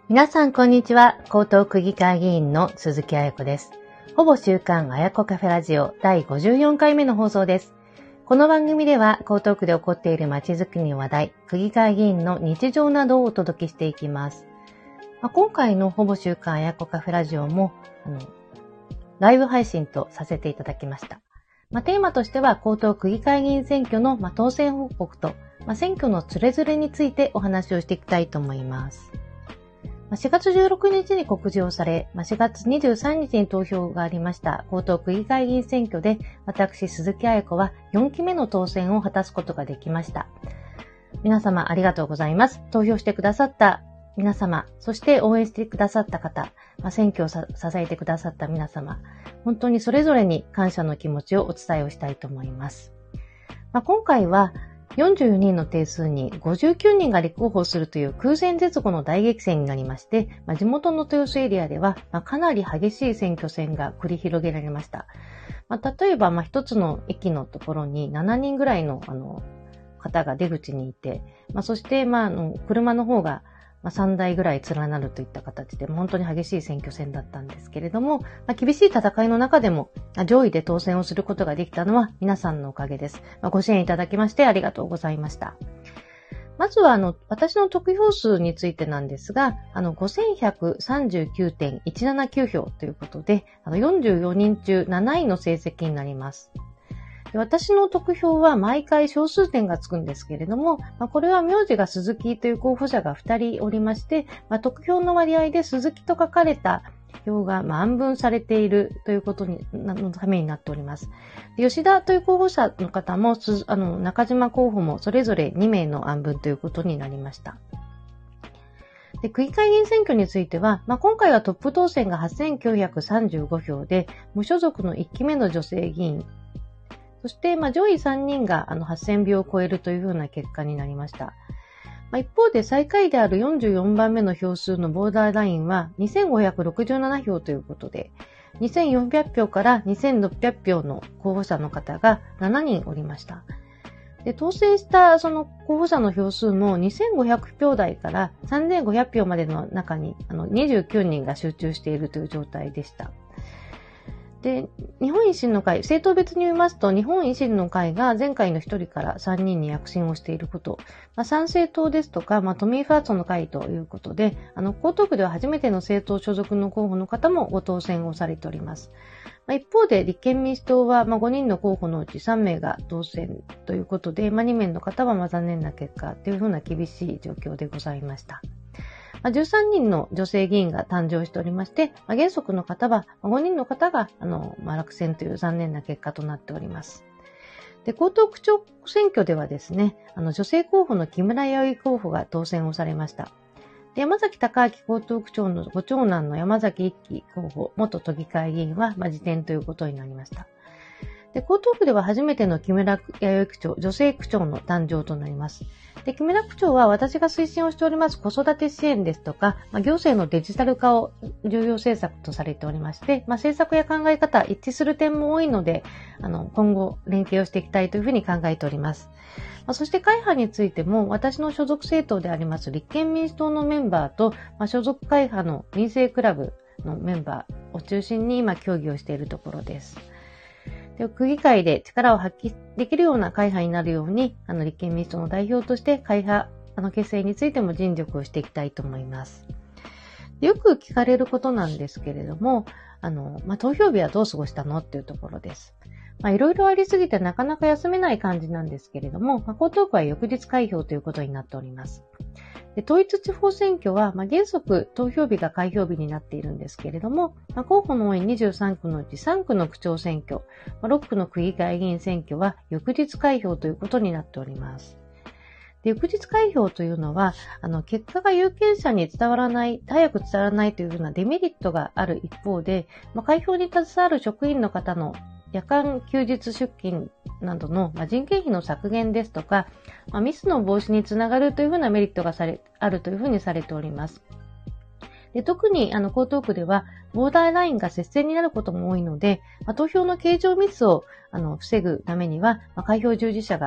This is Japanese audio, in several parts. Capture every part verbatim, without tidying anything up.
皆さんこんにちは。江東区議会議員の鈴木彩子です。ほぼ週刊彩子カフェラジオだいごじゅうよんかいめの放送です。この番組では江東区で起こっているまちづくりの話題、区議会議員の日常などをお届けしていきます。まあ、今回のほぼ週刊彩子カフェラジオもあのライブ配信とさせていただきました。まあ、テーマとしては江東区議会議員選挙の、まあ、当選報告と、まあ、選挙のつれづれについてお話をしていきたいと思います。しがつじゅうろくにちに告示をされ、しがつにじゅうさんにちに投票がありました江東区議会議員選挙で、私鈴木彩子はよんきめの当選を果たすことができました。皆様ありがとうございます。投票してくださった皆様、そして応援してくださった方、まあ、選挙を支えてくださった皆様、本当にそれぞれに感謝の気持ちをお伝えをしたいと思います。まあ、今回はよんじゅうよにんの定数にごじゅうきゅうにんが立候補するという空前絶後の大激戦になりまして、まあ、地元の豊洲エリアでは、まあ、かなり激しい選挙戦が繰り広げられました。まあ、例えば、まあ、一つの駅のところにしちにんぐらいの、あの方が出口にいて、まあ、そして、まあ、あの車の方がさんだいぐらい連なるといった形で、本当に激しい選挙戦だったんですけれども、まあ、厳しい戦いの中でも上位で当選をすることができたのは皆さんのおかげです。まあ、ご支援いただきましてありがとうございました。まずはあの私の得票数についてなんですが、あの ごせんひゃくさんじゅうきゅうてんいちななきゅうひょうということで、あのよんじゅうよにんちゅうなないの成績になります。私の得票は毎回小数点がつくんですけれども、まあ、これは名字が鈴木という候補者がふたりおりまして、まあ、得票の割合で鈴木と書かれた票がまあ暗分されているということにのためになっております。吉田という候補者の方も、あの中島候補もそれぞれにめいの暗分ということになりました。で区議会議員選挙については、まあ、今回はトップ当選がはっせんきゅうひゃくさんじゅうごひょうで、無所属のいっきめの女性議員、そして、まあ、上位さんにんがあのはっせんびょうを超えるというふうな結果になりました。まあ、一方で最下位であるよんじゅうよんばんめの票数のボーダーラインはにせんごひゃくろくじゅうななひょうということで、にせんよんびゃくひょうからにせんろっぴゃくひょうの候補者の方がしちにんおりました。で当選したその候補者の票数もにせんごひゃくひょうだいからさんぜんごひゃくひょうまでの中にあのにじゅうきゅうにんが集中しているという状態でした。で、日本維新の会、政党別に言いますと、日本維新の会が前回のひとりからさんにんに躍進をしていること、まあ、参政党ですとか、まあ、都民ファーストの会ということで、あの、江東区では初めての政党所属の候補の方もご当選をされております。まあ、一方で、立憲民主党は、まあ、ごにんの候補のうちさんめいが当選ということで、まあ、にめいの方はまあ残念な結果というふうな厳しい状況でございました。じゅうさんにんの女性議員が誕生しておりまして、原則の方はごにんの方があの、まあ、落選という残念な結果となっております。で、江東区長選挙ではですね、あの女性候補の木村弥生候補が当選をされました。で、山崎隆明江東区長のご長男の山崎一輝候補、元都議会議員は、まあ、辞典ということになりました。で、江東区では初めての木村弥生区長、女性区長の誕生となります。で、木村区長は私が推進をしております子育て支援ですとか、まあ、行政のデジタル化を重要政策とされておりまして、まあ、政策や考え方、一致する点も多いので、あの、今後連携をしていきたいというふうに考えております。まあ、そして会派についても、私の所属政党であります立憲民主党のメンバーと、まあ、所属会派の民生クラブのメンバーを中心に今協議をしているところです。で区議会で力を発揮できるような会派になるように、あの立憲民主党の代表として会派あの結成についても尽力をしていきたいと思います。よく聞かれることなんですけれども、あの、まあ、投票日はどう過ごしたのっていうところです。まあ、いろいろありすぎてなかなか休めない感じなんですけれども、まあ、江東区は翌日開票ということになっております。で統一地方選挙は、まあ、原則投票日が開票日になっているんですけれども、まあ、候補の多いにじゅうさんくのうちさんくの区長選挙、まあ、ろっくの区議会議員選挙は翌日開票ということになっております。で翌日開票というのは、あの結果が有権者に伝わらない、早く伝わらないというようなデメリットがある一方で、まあ、開票に携わる職員の方の夜間休日出勤などの人件費の削減ですとか、ミスの防止につながるというふうなメリットがされあるというふうにされております。で特にあの江東区ではボーダーラインが接戦になることも多いので、まあ、投票の計上ミスをあの防ぐためには、まあ、開票従事者がと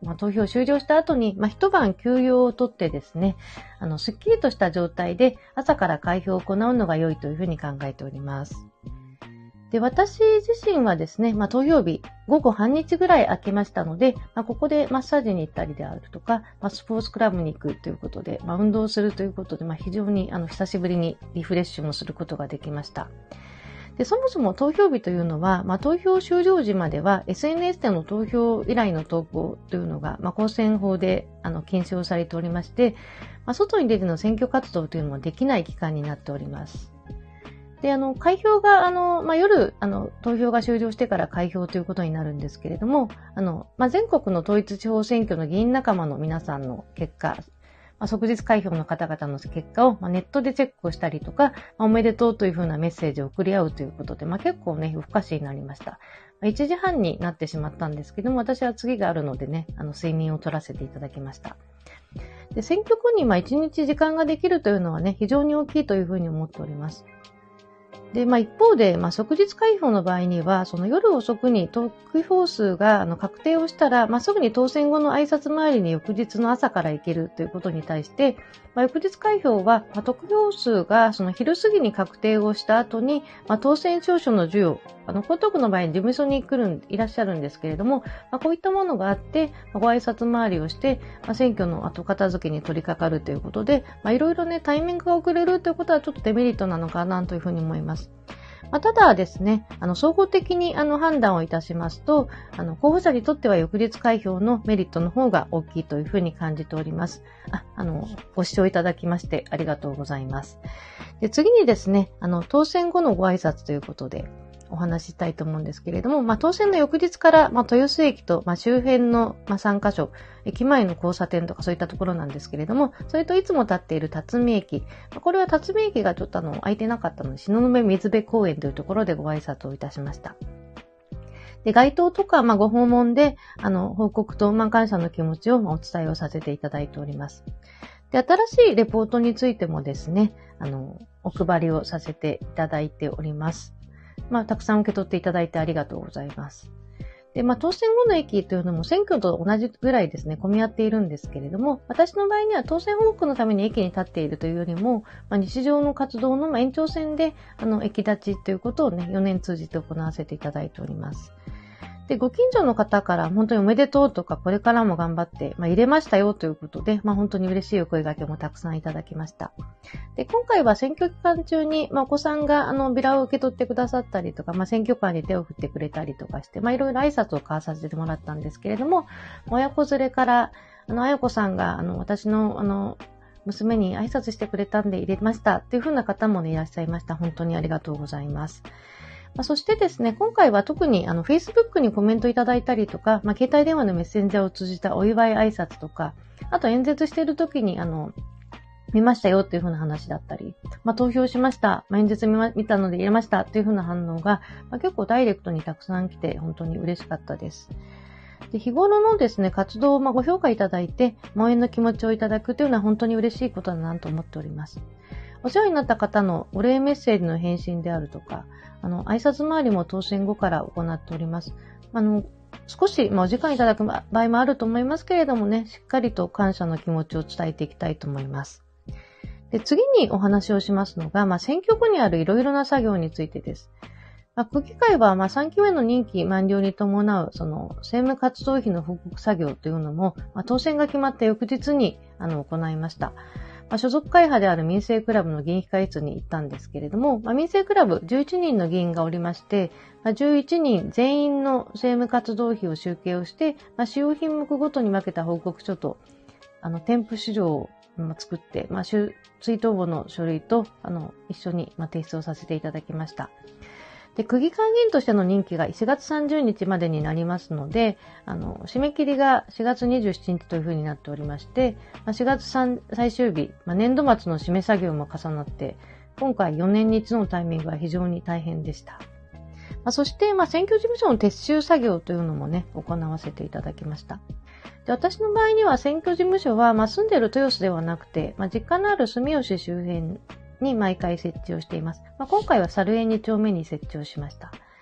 まあ、投票終了した後に、まあ、一晩休養をとってですね、あの、すっきりとした状態で朝から開票を行うのが良いというふうに考えております。で、私自身はですね、まあ、投票日、午後半日ぐらい空けましたので、まあ、ここでマッサージに行ったりであるとか、まあ、スポーツクラブに行くということで、まあ、運動するということで、まあ、非常にあの久しぶりにリフレッシュもすることができました。で、そもそも投票日というのは、まあ、投票終了時までは エスエヌエス での投票以来の投稿というのが、まあ、公選法であの禁止をされておりまして、まあ、外に出ての選挙活動というのもできない期間になっております。で、あの、開票が、あの、まあ、夜、あの、投票が終了してから開票ということになるんですけれども、あの、まあ、全国の統一地方選挙の議員仲間の皆さんの結果、まあ、即日開票の方々の結果を、まあ、ネットでチェックをしたりとか、まあ、おめでとうというふうなメッセージを送り合うということで、まあ、結構ね、夜更かしになりました。まあ、いちじはんになってしまったんですけども、私は次があるのでね、あの、睡眠を取らせていただきました。で、選挙後にまあいちにち時間ができるというのはね、非常に大きいというふうに思っております。で、まあ一方で、まあ即日開票の場合には、その夜遅くに得票数があの確定をしたら、まあすぐに当選後の挨拶回りに翌日の朝から行けるということに対して、まあ翌日開票は、まあ、得票数がその昼過ぎに確定をした後に、まあ当選証書の授与、あの、江東区の場合に事務所に来るん、いらっしゃるんですけれども、まあこういったものがあって、まあ、ご挨拶回りをして、まあ選挙の後片付けに取り掛かるということで、まあいろいろね、タイミングが遅れるということはちょっとデメリットなのかなというふうに思います。まあ、ただですね、あの、総合的にあの判断をいたしますと、あの、候補者にとっては翌日開票のメリットの方が大きいというふうに感じております。あ、あの、ご視聴いただきましてありがとうございます。で、次にですね、あの、当選後のご挨拶ということで、お話ししたいと思うんですけれども、まあ、当選の翌日から、まあ、豊洲駅と、まあ、周辺の、まあ、さんカ所、駅前の交差点とかそういったところなんですけれども、それといつも立っている辰巳駅、まあ、これは辰巳駅がちょっとあの、空いてなかったので、東雲水辺公園というところでご挨拶をいたしました。で、街頭とか、まあ、ご訪問で、あの、報告と、まあ、感謝の気持ちをお伝えをさせていただいております。で、新しいレポートについてもですね、あの、お配りをさせていただいております。まあ、たくさん受け取っていただいてありがとうございます。で、まあ、当選後の駅というのも選挙と同じぐらいですね、混み合っているんですけれども、私の場合には当選報告のために駅に立っているというよりも、まあ、日常の活動の延長線で、あの、駅立ちということをね、よねん通じて行わせていただいております。で、ご近所の方から本当におめでとうとか、これからも頑張って、まあ、入れましたよということで、まあ、本当に嬉しいお声掛けもたくさんいただきました。で、今回は選挙期間中に、まあ、お子さんが、あの、ビラを受け取ってくださったりとか、まあ、選挙カーに手を振ってくれたりとかして、まあ、いろいろ挨拶を交わさせてもらったんですけれども、親子連れから、あの、あやこさんが、あの、私の、あの、娘に挨拶してくれたんで入れましたっていう風な方もね、いらっしゃいました。本当にありがとうございます。まあ、そしてですね、今回は特にあの Facebook にコメントいただいたりとか、まあ、携帯電話のメッセンジャーを通じたお祝い挨拶とか、あと演説している時にあの、見ましたよっていう風な話だったり、まあ、投票しました、まあ、演説見, ま見たので入れましたっていう風な反応が、まあ、結構ダイレクトにたくさん来て本当に嬉しかったです。で、日頃のですね、活動をまあご評価いただいて、応援の気持ちをいただくというのは本当に嬉しいことだなと思っております。お世話になった方のお礼メッセージの返信であるとか、あの、挨拶回りも当選後から行っております。あの、少し、まあ、お時間いただく場合もあると思いますけれどもね、しっかりと感謝の気持ちを伝えていきたいと思います。で、次にお話をしますのが、まあ、選挙後にあるいろいろな作業についてです。まあ、区議会は、まあ、さんきめの任期満了に伴う、その、政務活動費の報告作業というのも、まあ、当選が決まった翌日に、あの、行いました。まあ、所属会派である民政クラブの議員控室に行ったんですけれども、まあ、民政クラブじゅういちにんの議員がおりまして、まあ、じゅういちにん全員の政務活動費を集計をして、まあ、使用品目ごとに分けた報告書と、あの、添付資料を作って、まあ、追悼簿の書類と、あの、一緒に提出をさせていただきました。で、区議会議員としての任期がしがつさんじゅうにちまでになりますので、あの、締め切りがしがつにじゅうしちにちというふうになっておりまして、しがつ最終日、まあ、年度末の締め作業も重なって、今回よねん日のタイミングは非常に大変でした。まあ、そして、まあ、選挙事務所の撤収作業というのもね、行わせていただきました。で、私の場合には選挙事務所は、まあ、住んでいる豊洲ではなくて、まあ、実家のある住吉周辺に毎回設置をしています。まあ、今回は猿園に丁目に設置をしました。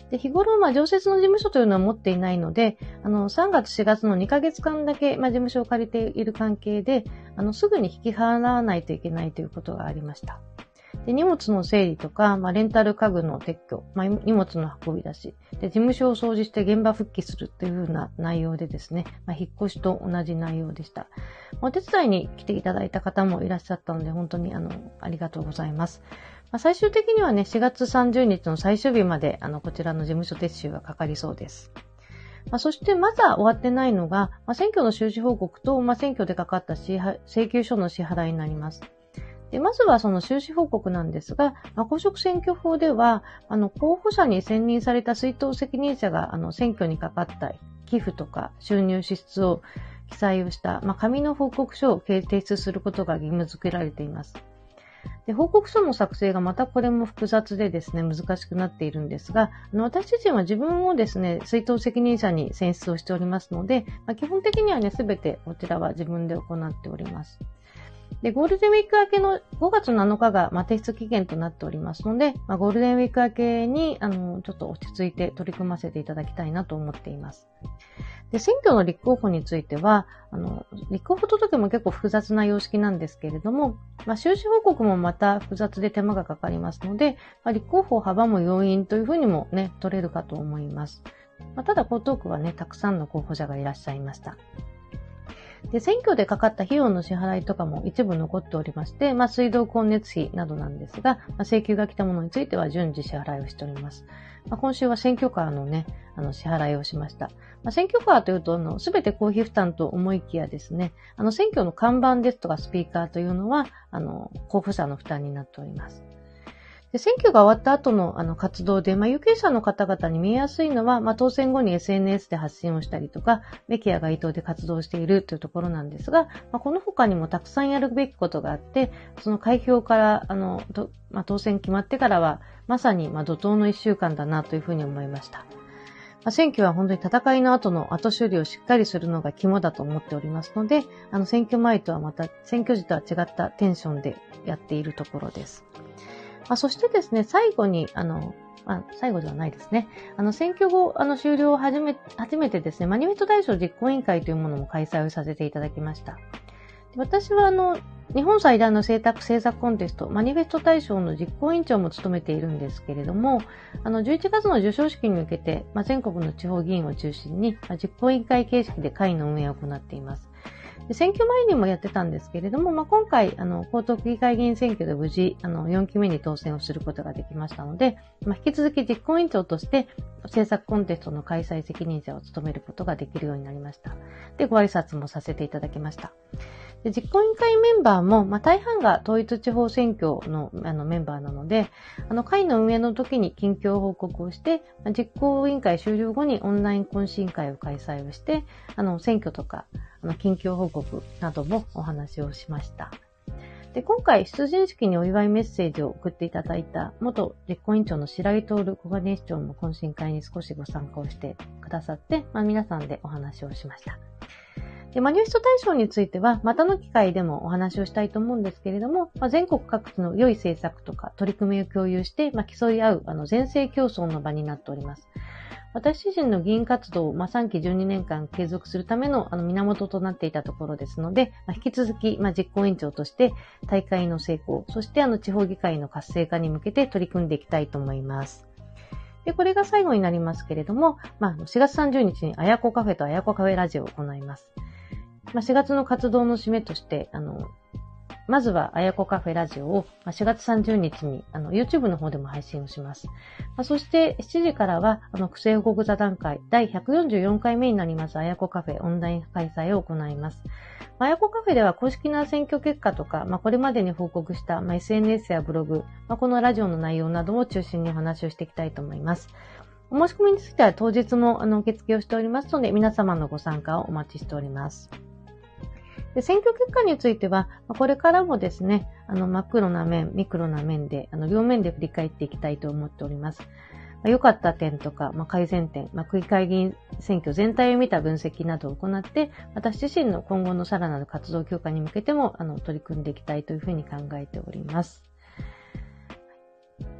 で、日頃、まあ、常設の事務所というのは持っていないので、あの、さんがつ、しがつのにかげつかんだけ、まあ、事務所を借りている関係で、あの、すぐに引き払わないといけないということがありました。で、荷物の整理とか、まあ、レンタル家具の撤去、まあ、荷物の運び出し、で、事務所を掃除して現場復帰するというふうな内容でですね、まあ、引っ越しと同じ内容でした。お手伝いに来ていただいた方もいらっしゃったので、本当にあの、ありがとうございます。まあ、最終的にはね、しがつさんじゅうにちの最終日まで、あの、こちらの事務所撤収がかかりそうです。まあ、そして、まだ終わってないのが、まあ、選挙の収支報告と、まあ、選挙でかかった支払請求書の支払いになります。で、まずはその収支報告なんですが、まあ、公職選挙法では、あの、候補者に選任された出納責任者が、あの、選挙にかかった寄付とか収入支出を記載をした、まあ、紙の報告書を提出することが義務付けられています。で、報告書の作成がまたこれも複雑でですね、難しくなっているんですが、あの私自身は自分をですね、出納責任者に選出をしておりますので、まあ、基本的にはね、すべてこちらは自分で行っております。で、ゴールデンウィーク明けのごがつなのかが、まあ、提出期限となっておりますので、まあ、ゴールデンウィーク明けに、あの、ちょっと落ち着いて取り組ませていただきたいなと思っています。で、選挙の立候補については、あの、立候補届も結構複雑な様式なんですけれども、まあ、収支報告もまた複雑で手間がかかりますので、まあ、立候補を阻む要因というふうにもね、取れるかと思います。まあ、ただ、江東区はね、たくさんの候補者がいらっしゃいました。で、選挙でかかった費用の支払いとかも一部残っておりまして、まあ、水道光熱費などなんですが、まあ、請求が来たものについては順次支払いをしております。まあ、今週は選挙カーのね、あの、支払いをしました。まあ、選挙カーというと、あの、すべて公費負担と思いきやですね、あの、選挙の看板ですとかスピーカーというのは、あの、候補者の負担になっております。で、選挙が終わった後のあの活動で、まあ、有権者の方々に見えやすいのは、まあ、当選後に エスエヌエス で発信をしたりとか、メキや街頭で活動しているというところなんですが、まあ、この他にもたくさんやるべきことがあって、その開票から、あの、まあ、当選決まってからは、まさに、まあ、怒涛の一週間だなというふうに思いました。まあ、選挙は本当に戦いの後の後処理をしっかりするのが肝だと思っておりますので、あの、選挙前とはまた、選挙時とは違ったテンションでやっているところです。まあ、そしてですね、最後に、あの、まあ、最後ではないですね。あの、選挙後、あの、終了を初め、初めてですね、マニフェスト大賞実行委員会というものも開催をさせていただきました。で、私は、あの、日本最大の政策政策コンテスト、マニフェスト大賞の実行委員長も務めているんですけれども、あの、じゅういちがつの授賞式に向けて、まあ、全国の地方議員を中心に、まあ、実行委員会形式で会の運営を行っています。で、選挙前にもやってたんですけれども、まあ、今回、あの、江東区議会議員選挙で無事、あの、よんきめに当選をすることができましたので、まあ、引き続き実行委員長として、政策コンテストの開催責任者を務めることができるようになりました。で、ご挨拶もさせていただきました。で、実行委員会メンバーも、まあ、大半が統一地方選挙の、あの、メンバーなので、あの、会の運営の時に近況報告をして、まあ、実行委員会終了後にオンライン懇親会を開催をして、あの、選挙とか、あの、近況報告などもお話をしました。で、今回、出陣式にお祝いメッセージを送っていただいた、元実行委員長の白井徹小金市長も懇親会に少しご参加をしてくださって、まあ、皆さんでお話をしました。で、マニフェスト大賞については、またの機会でもお話をしたいと思うんですけれども、まあ、全国各地の良い政策とか取り組みを共有して、まあ、競い合う、あの、全政競争の場になっております。私自身の議員活動を、まあ、さんきじゅうにねんかん継続するための、あの、源となっていたところですので、まあ、引き続き、まあ、実行委員長として大会の成功、そしてあの、地方議会の活性化に向けて取り組んでいきたいと思います。で、これが最後になりますけれども、まあ、しがつさんじゅうにちにあやこカフェとあやこカフェラジオを行います。まあ、しがつの活動の締めとして、あの、まずはあやこカフェラジオをしがつさんじゅうにちにあの YouTube の方でも配信をします。まあ、そしてしちじからはあの区政報告座談会だいひゃくよんじゅうよんかいめになりますあやこカフェオンライン開催を行います。あやこカフェでは公式な選挙結果とか、まあ、これまでに報告した、まあ、エスエヌエス やブログ、まあ、このラジオの内容などを中心にお話をしていきたいと思います。お申し込みについては当日もあの受付をしておりますので、皆様のご参加をお待ちしております。で、選挙結果については、これからもですね、あの、マクロな面、ミクロな面で、あの、両面で振り返っていきたいと思っております。まあ、良かった点とか、まあ、改善点、まあ、区議会議員選挙全体を見た分析などを行って、私自身の今後のさらなる活動強化に向けても、あの、取り組んでいきたいというふうに考えております。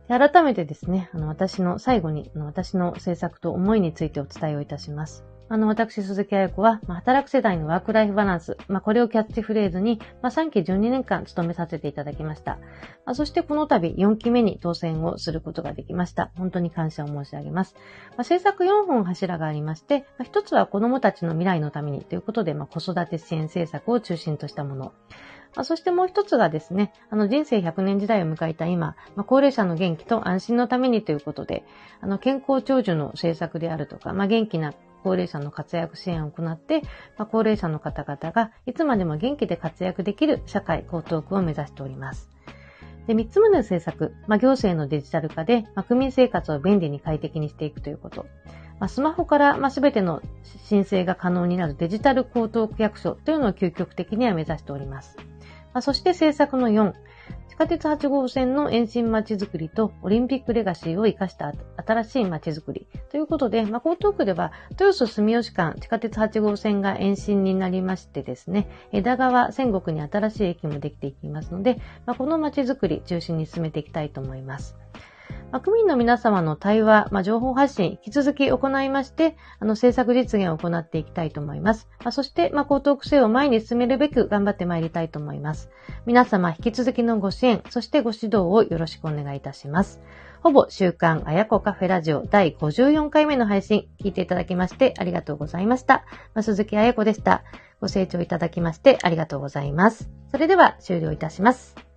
で改めてですね、あの、私の最後に、あの私の政策と思いについてお伝えをいたします。あの、私、鈴木彩子は、まあ、働く世代のワークライフバランス、まあ、これをキャッチフレーズに、まあ、さんきじゅうにねんかん務めさせていただきました。まあ、そしてこの度よんきめに当選をすることができました。本当に感謝を申し上げます。まあ、政策よんほん柱がありまして、まあ、ひとつは子どもたちの未来のためにということで、まあ、子育て支援政策を中心としたもの。まあ、そしてもう一つがですね、あの人生ひゃくねん時代を迎えた今、まあ、高齢者の元気と安心のためにということで、あの健康長寿の政策であるとか、まあ、元気な高齢者の活躍支援を行って、まあ、高齢者の方々がいつまでも元気で活躍できる社会江東区を目指しております。で、三つ目の政策、まあ、行政のデジタル化で、まあ、区民生活を便利に快適にしていくということ。まあ、スマホから、まあ、全ての申請が可能になるデジタル江東区役所というのを究極的には目指しております。まあ、そして政策のよん、地下鉄はち号線の延伸まちづくりとオリンピックレガシーを生かした新しいまちづくりということで、まあ、江東区では豊洲住吉間地下鉄はち号線が延伸になりましてですね、枝川仙石に新しい駅もできていきますので、まあ、このまちづくり中心に進めていきたいと思います。まあ、区民の皆様の対話、まあ、情報発信、引き続き行いまして、あの、政策実現を行っていきたいと思います。まあ、そして、まあ、江東区政を前に進めるべく頑張ってまいりたいと思います。皆様、引き続きのご支援、そしてご指導をよろしくお願いいたします。ほぼ週刊あやこカフェラジオだいごじゅうよんかいめの配信、聞いていただきましてありがとうございました。まあ、鈴木あやこでした。ご清聴いただきましてありがとうございます。それでは終了いたします。